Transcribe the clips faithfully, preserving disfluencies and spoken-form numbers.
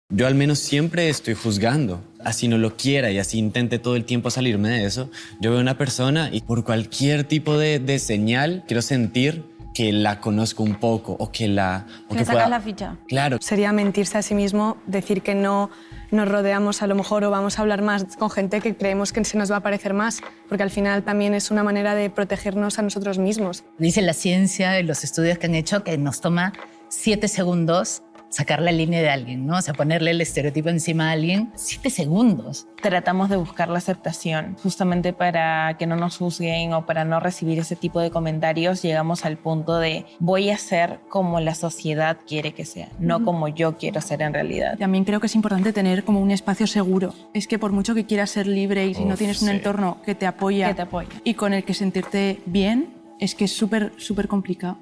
Yo al menos siempre estoy juzgando, así no lo quiera y así intente todo el tiempo salirme de eso. Yo veo una persona y por cualquier tipo de, de señal quiero sentir que la conozco un poco o que la... O que que sacas pueda... la ficha. Claro. Sería mentirse a sí mismo, decir que no nos rodeamos a lo mejor o vamos a hablar más con gente que creemos que se nos va a parecer más, porque al final también es una manera de protegernos a nosotros mismos. Dice la ciencia y los estudios que han hecho que nos toma siete segundos sacar la línea de alguien, ¿no? O sea, ponerle el estereotipo encima a alguien, siete segundos. Tratamos de buscar la aceptación, justamente para que no nos juzguen o para no recibir ese tipo de comentarios. Llegamos al punto de voy a ser como la sociedad quiere que sea, no como yo quiero ser en realidad. También creo que es importante tener como un espacio seguro. Es que por mucho que quieras ser libre y si Uf, no tienes un sí. entorno que te apoya, Que te apoya. y con el que sentirte bien, es que es súper, súper complicado.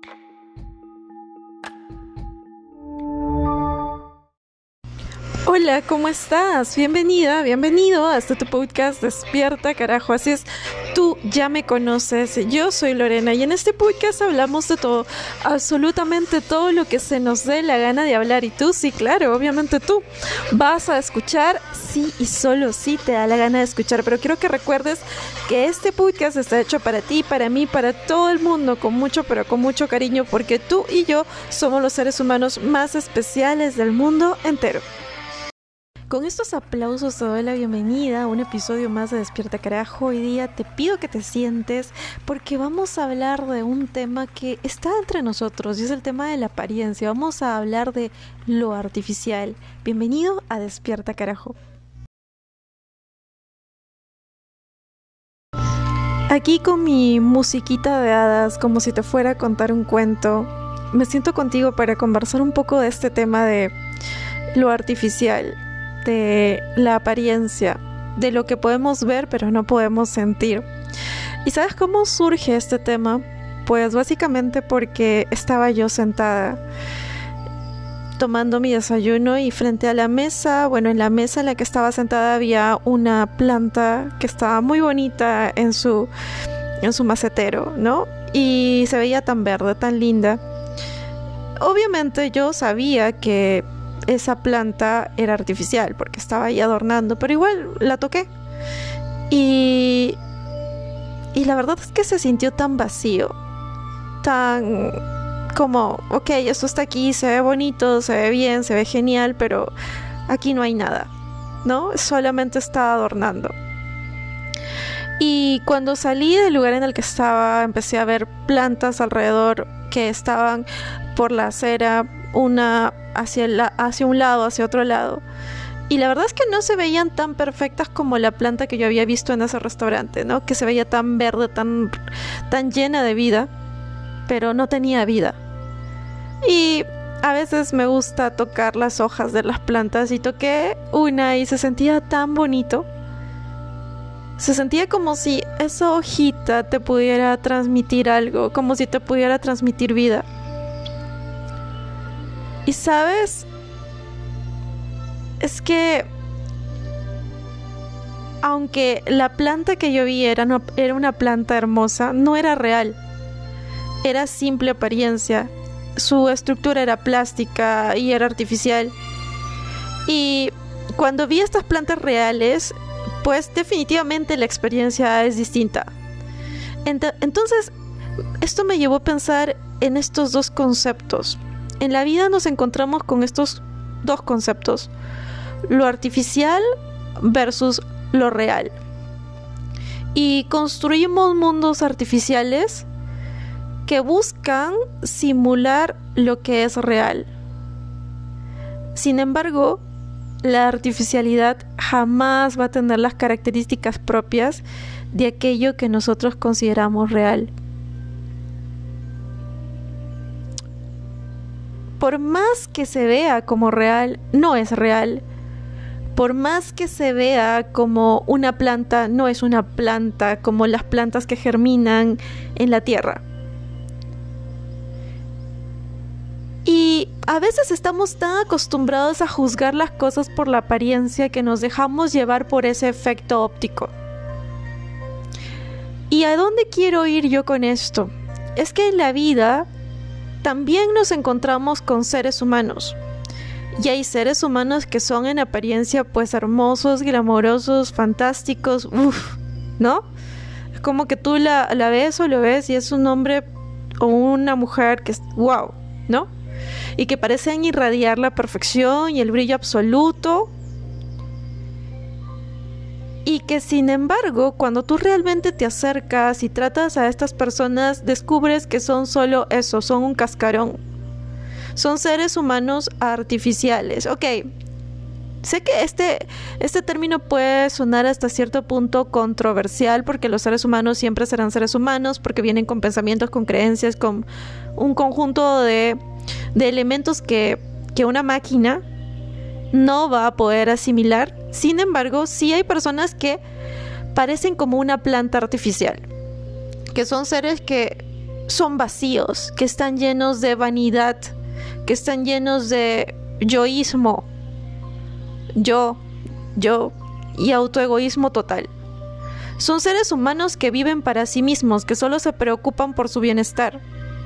Hola, ¿cómo estás? Bienvenida, bienvenido a este tu podcast Despierta, carajo. Así es, tú ya me conoces, yo soy Lorena y en este podcast hablamos de todo, absolutamente todo lo que se nos dé la gana de hablar. Y tú, sí, claro, obviamente tú vas a escuchar, sí y solo sí te da la gana de escuchar. Pero quiero que recuerdes que este podcast está hecho para ti, para mí, para todo el mundo, con mucho, pero con mucho cariño, porque tú y yo somos los seres humanos más especiales del mundo entero. Con estos aplausos te doy la bienvenida a un episodio más de Despierta Carajo. Hoy día te pido que te sientes porque vamos a hablar de un tema que está entre nosotros y es el tema de la apariencia. Vamos a hablar de lo artificial. Bienvenido a Despierta Carajo. Aquí con mi musiquita de hadas, como si te fuera a contar un cuento, me siento contigo para conversar un poco de este tema de lo artificial, de la apariencia, de lo que podemos ver pero no podemos sentir. ¿Y sabes cómo surge este tema? Pues básicamente porque estaba yo sentada tomando mi desayuno y frente a la mesa, bueno, en la mesa en la que estaba sentada había una planta que estaba muy bonita en su, en su macetero, ¿no? Y se veía tan verde, tan linda. Obviamente yo sabía que esa planta era artificial porque estaba ahí adornando, pero igual la toqué y, y la verdad es que se sintió tan vacío, tan como, ok, esto está aquí, se ve bonito, se ve bien, se ve genial, pero aquí no hay nada, ¿no? Solamente está adornando. Y cuando salí del lugar en el que estaba, empecé a ver plantas alrededor que estaban por la acera, una hacia, la, hacia un lado, hacia otro lado. Y la verdad es que no se veían tan perfectas como la planta que yo había visto en ese restaurante, ¿no? Que se veía tan verde, tan, tan llena de vida, pero no tenía vida. Y a veces me gusta tocar las hojas de las plantas y toqué una y se sentía tan bonito. Se sentía como si esa hojita te pudiera transmitir algo, como si te pudiera transmitir vida. Y sabes, es que aunque la planta que yo vi era, no, era una planta hermosa, no era real. Era simple apariencia. Su estructura era plástica y era artificial. Y cuando vi estas plantas reales, pues definitivamente la experiencia es distinta. Ent- entonces, esto me llevó a pensar en estos dos conceptos. En la vida nos encontramos con estos dos conceptos: lo artificial versus lo real. Y construimos mundos artificiales que buscan simular lo que es real. Sin embargo, la artificialidad jamás va a tener las características propias de aquello que nosotros consideramos real. Por más que se vea como real, no es real. Por más que se vea como una planta, no es una planta como las plantas que germinan en la tierra. Y a veces estamos tan acostumbrados a juzgar las cosas por la apariencia que nos dejamos llevar por ese efecto óptico. ¿Y a dónde quiero ir yo con esto? Es que en la vida también nos encontramos con seres humanos. Y hay seres humanos que son en apariencia pues hermosos, glamorosos, fantásticos, uff, ¿no? Es como que tú la, la ves o lo ves y es un hombre o una mujer que es wow, ¿no? Y que parecen irradiar la perfección y el brillo absoluto. Y que sin embargo, cuando tú realmente te acercas y tratas a estas personas, descubres que son solo eso, son un cascarón. Son seres humanos artificiales. Ok, sé que este, este término puede sonar hasta cierto punto controversial porque los seres humanos siempre serán seres humanos, porque vienen con pensamientos, con creencias, con un conjunto de, de elementos que, que una máquina no va a poder asimilar. Sin embargo, sí hay personas que parecen como una planta artificial, que son seres que son vacíos, que están llenos de vanidad, que están llenos de yoísmo, yo, yo y autoegoísmo total. Son seres humanos que viven para sí mismos, que solo se preocupan por su bienestar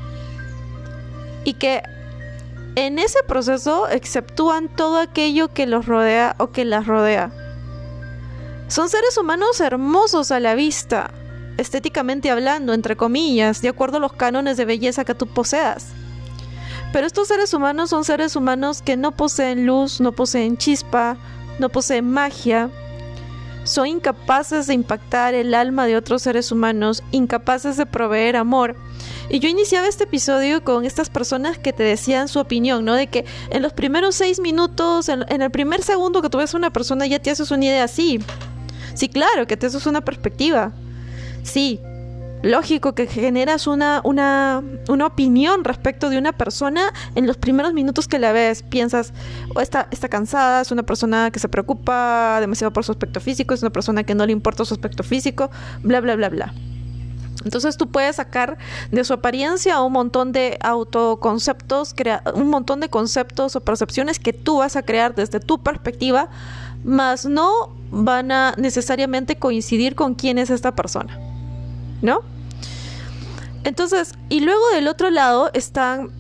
y que en ese proceso exceptúan todo aquello que los rodea o que las rodea. Son seres humanos hermosos a la vista, estéticamente hablando, entre comillas, de acuerdo a los cánones de belleza que tú poseas. Pero estos seres humanos son seres humanos que no poseen luz, no poseen chispa, no poseen magia. Son incapaces de impactar el alma de otros seres humanos, incapaces de proveer amor. Y yo iniciaba este episodio con estas personas que te decían su opinión, ¿no? De que en los primeros seis minutos, en, en el primer segundo que tú ves a una persona ya te haces una idea. Sí, sí, claro, que te haces una perspectiva. Sí, lógico que generas una, una, una opinión respecto de una persona en los primeros minutos que la ves. Piensas, oh, está, está cansada, es una persona que se preocupa demasiado por su aspecto físico, es una persona que no le importa su aspecto físico, bla, bla, bla, bla. Entonces tú puedes sacar de su apariencia un montón de autoconceptos, crea- un montón de conceptos o percepciones que tú vas a crear desde tu perspectiva, mas no van a necesariamente coincidir con quién es esta persona, ¿no? Entonces, y luego del otro lado están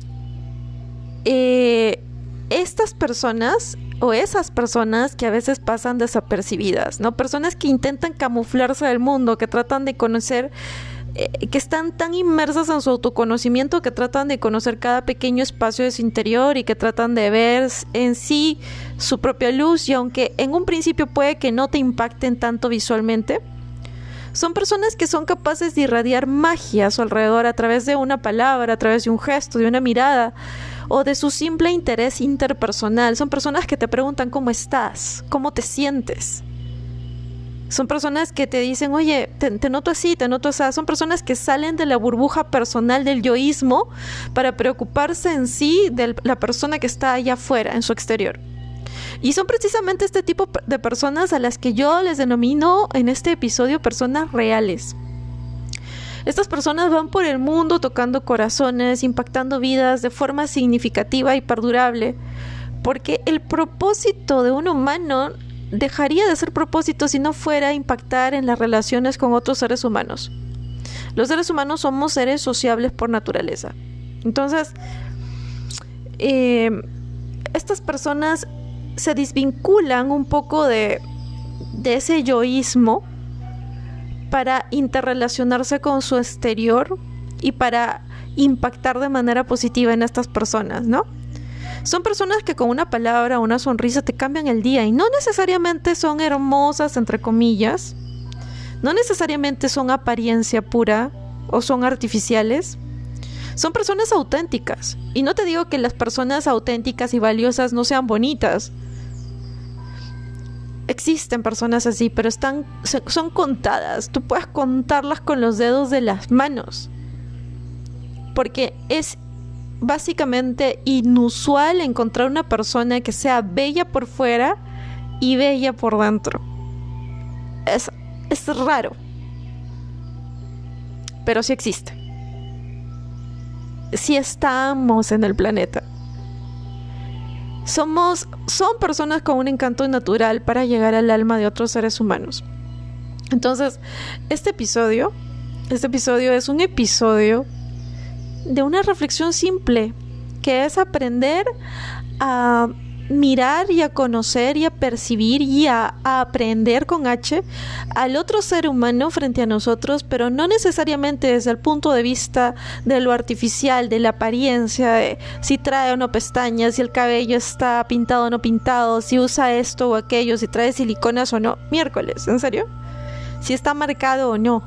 eh, estas personas o esas personas que a veces pasan desapercibidas, ¿no? Personas que intentan camuflarse del mundo, que tratan de conocer, eh, que están tan inmersas en su autoconocimiento que tratan de conocer cada pequeño espacio de su interior y que tratan de ver en sí su propia luz, y aunque en un principio puede que no te impacten tanto visualmente, son personas que son capaces de irradiar magia a su alrededor a través de una palabra, a través de un gesto, de una mirada, o de su simple interés interpersonal. Son personas que te preguntan cómo estás, cómo te sientes. Son personas que te dicen, oye, te, te noto así, te noto así. Son personas que salen de la burbuja personal del yoísmo para preocuparse en sí de la persona que está allá afuera, en su exterior. Y son precisamente este tipo de personas a las que yo les denomino en este episodio personas reales. Estas personas van por el mundo tocando corazones, impactando vidas de forma significativa y perdurable, porque el propósito de un humano dejaría de ser propósito si no fuera impactar en las relaciones con otros seres humanos. Los seres humanos somos seres sociables por naturaleza. Entonces, eh, estas personas se desvinculan un poco de, de ese yoísmo para interrelacionarse con su exterior y para impactar de manera positiva en estas personas, ¿no? Son personas que con una palabra o una sonrisa te cambian el día, y no necesariamente son hermosas, entre comillas, no necesariamente son apariencia pura o son artificiales. Son personas auténticas, y no te digo que las personas auténticas y valiosas no sean bonitas. Existen personas así, pero están, son contadas. Tú puedes contarlas con los dedos de las manos, porque es básicamente inusual encontrar una persona que sea bella por fuera y bella por dentro. Es, es raro, pero sí existe. Sí estamos en el planeta. Somos, son personas con un encanto natural para llegar al alma de otros seres humanos. Entonces, este episodio, este episodio es un episodio de una reflexión simple, que es aprender a mirar y a conocer y a percibir y a, a aprender con H al otro ser humano frente a nosotros, pero no necesariamente desde el punto de vista de lo artificial, de la apariencia, de si trae o no pestañas, si el cabello está pintado o no pintado, si usa esto o aquello, si trae siliconas o no. Miércoles, ¿en serio? Si está marcado o no.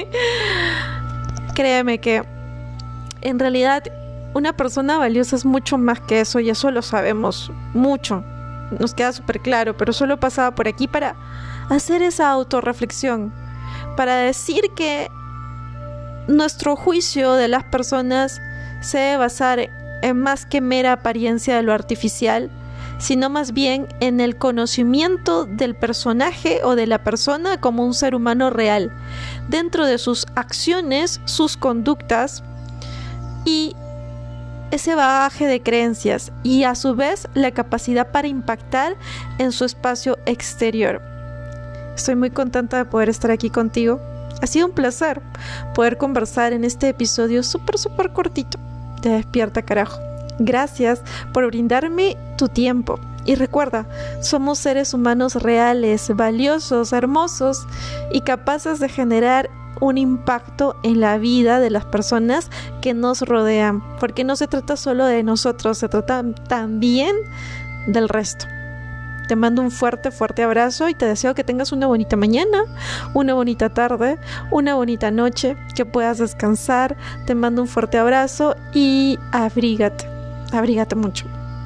Créeme que en realidad una persona valiosa es mucho más que eso, y eso lo sabemos mucho, nos queda súper claro, pero solo pasaba por aquí para hacer esa autorreflexión, para decir que nuestro juicio de las personas se debe basar en más que mera apariencia de lo artificial, sino más bien en el conocimiento del personaje o de la persona como un ser humano real, dentro de sus acciones, sus conductas y ese bagaje de creencias, y a su vez la capacidad para impactar en su espacio exterior. Estoy muy contenta de poder estar aquí contigo. Ha sido un placer poder conversar en este episodio súper súper cortito de Despierta Carajo. Gracias por brindarme tu tiempo. Y recuerda, somos seres humanos reales, valiosos, hermosos y capaces de generar un impacto en la vida de las personas que nos rodean, porque no se trata solo de nosotros, se trata también del resto. Te mando un fuerte, fuerte abrazo y te deseo que tengas una bonita mañana, una bonita tarde, una bonita noche, que puedas descansar. Te mando un fuerte abrazo y abrígate, abrígate mucho.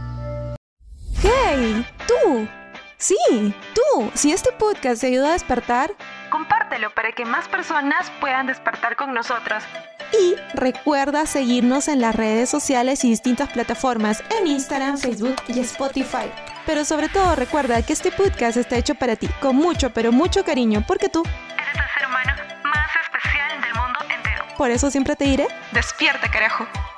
¡Hey! ¡Tú! Sí, tú. Si este podcast te ayuda a despertar, compártelo para que más personas puedan despertar con nosotros. Y recuerda seguirnos en las redes sociales y distintas plataformas, en Instagram, Facebook y Spotify. Pero sobre todo recuerda que este podcast está hecho para ti, con mucho, pero mucho cariño, porque tú eres el ser humano más especial del mundo entero. Por eso siempre te diré, despierta, carajo.